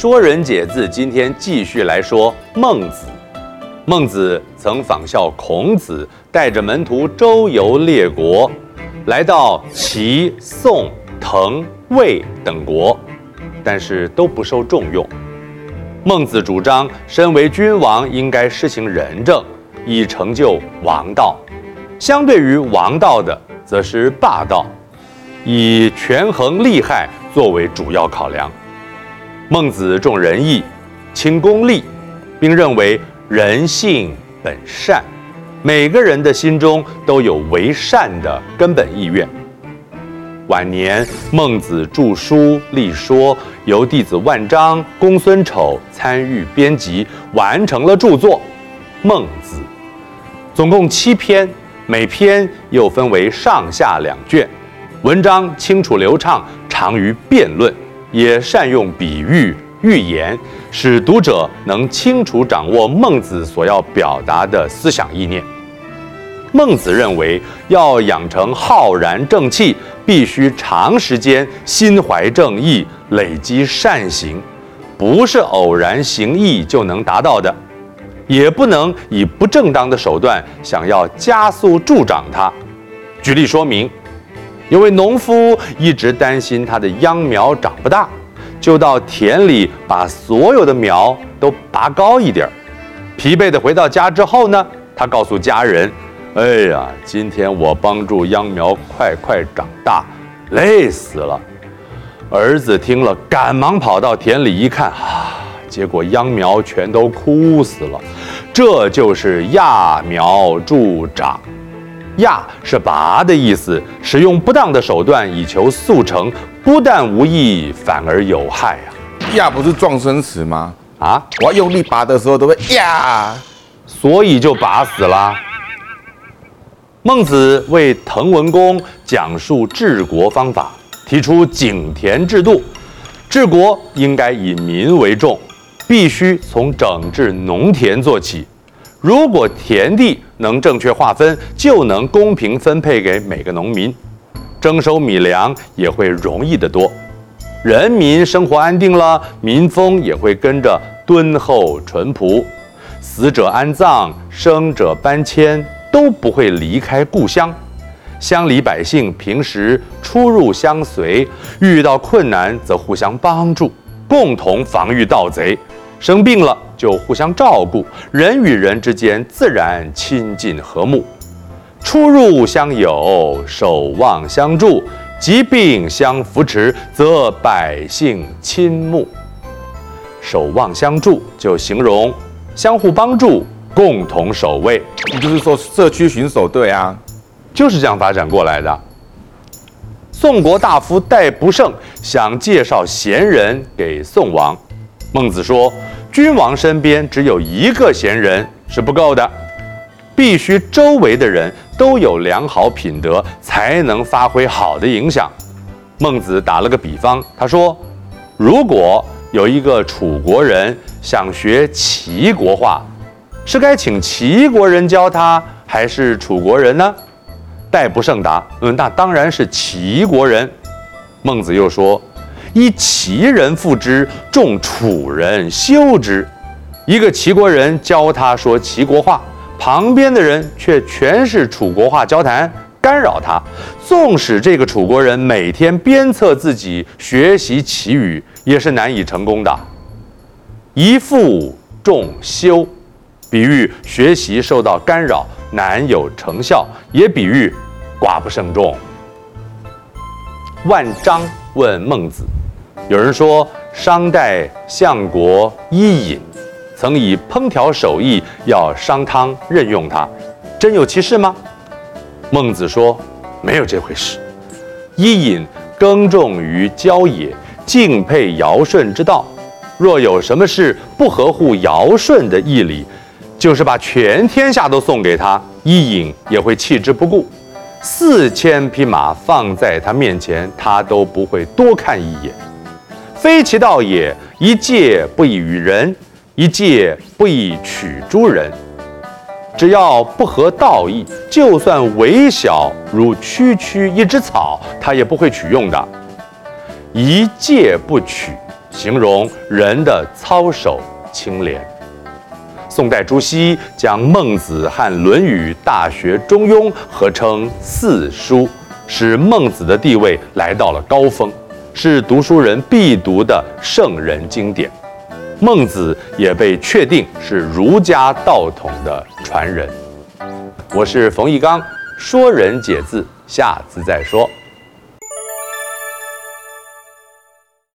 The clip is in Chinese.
说人解字今天继续来说孟子。孟子曾仿效孔子，带着门徒周游列国，来到齐、宋、滕、魏等国，但是都不受重用。孟子主张，身为君王应该施行仁政，以成就王道；相对于王道的，则是霸道，以权衡利害作为主要考量。孟子重仁义，轻功利，并认为人性本善，每个人的心中都有为善的根本意愿。晚年，孟子著书立说，由弟子万章、公孙丑参与编辑，完成了著作《孟子》，总共7篇，每篇又分为上下2卷。文章清楚流畅，长于辩论，也善用比喻、寓言，使读者能清楚掌握孟子所要表达的思想意念。孟子认为，要养成浩然正气，必须长时间心怀正义，累积善行，不是偶然行义就能达到的，也不能以不正当的手段想要加速助长它。举例说明，有位农夫一直担心他的秧苗长不大，就到田里把所有的苗都拔高一点。疲惫地回到家之后呢，他告诉家人，哎呀，今天我帮助秧苗快长大，累死了。儿子听了，赶忙跑到田里一看，结果秧苗全都枯死了。这就是揠苗助长。揠是拔的意思，使用不当的手段以求速成，不但无益，反而有害啊。 揠不是撞生词吗？我要用力拔的时候都会呀， 所以就拔死啦。孟子为滕文公讲述治国方法，提出井田制度。治国应该以民为重，必须从整治农田做起。如果田地能正确划分，就能公平分配给每个农民，征收米粮也会容易得多。人民生活安定了，民风也会跟着敦厚淳朴。死者安葬，生者搬迁，都不会离开故乡。乡里百姓平时出入相随，遇到困难则互相帮助，共同防御盗贼。生病了就互相照顾，人与人之间自然亲近和睦。出入相友，守望相助，疾病相扶持，则百姓亲睦。守望相助就形容相互帮助，共同守卫。 你就是说社区巡守队啊， 就是这样发展过来的。宋国大夫戴不胜想介绍贤人给宋王，孟子说，君王身边只有一个贤人是不够的，必须周围的人都有良好品德，才能发挥好的影响。孟子打了个比方，他说，如果有一个楚国人想学齐国话，是该请齐国人教他，还是楚国人呢？戴不胜答，那当然是齐国人。孟子又说，依齐人附之，众楚人修之。一个齐国人教他说齐国话，旁边的人却全是楚国话交谈，干扰他。纵使这个楚国人每天鞭策自己学习齐语，也是难以成功的。一父众修，比喻学习受到干扰，难有成效，也比喻寡不胜众。万章问孟子，有人说商代相国伊尹曾以烹调手艺要商汤任用他，真有其事吗？孟子说，没有这回事。伊尹耕种于郊野，敬佩尧舜之道，若有什么事不合乎尧舜的义理，就是把全天下都送给他，伊尹也会弃之不顾。4000匹马放在他面前，他都不会多看一眼。非其道也，一介不以与人，一介不以取诸人。只要不合道义，就算微小如区区一枝草，他也不会取用的。一介不取， 形容人的操守清廉。宋代朱熹将孟子和《论语》《大学》《中庸》合称四书，使孟子的地位来到了高峰，是读书人必读的圣人经典。孟子也被确定是儒家道统的传人。我是冯翊纲，说人解字，下次再说。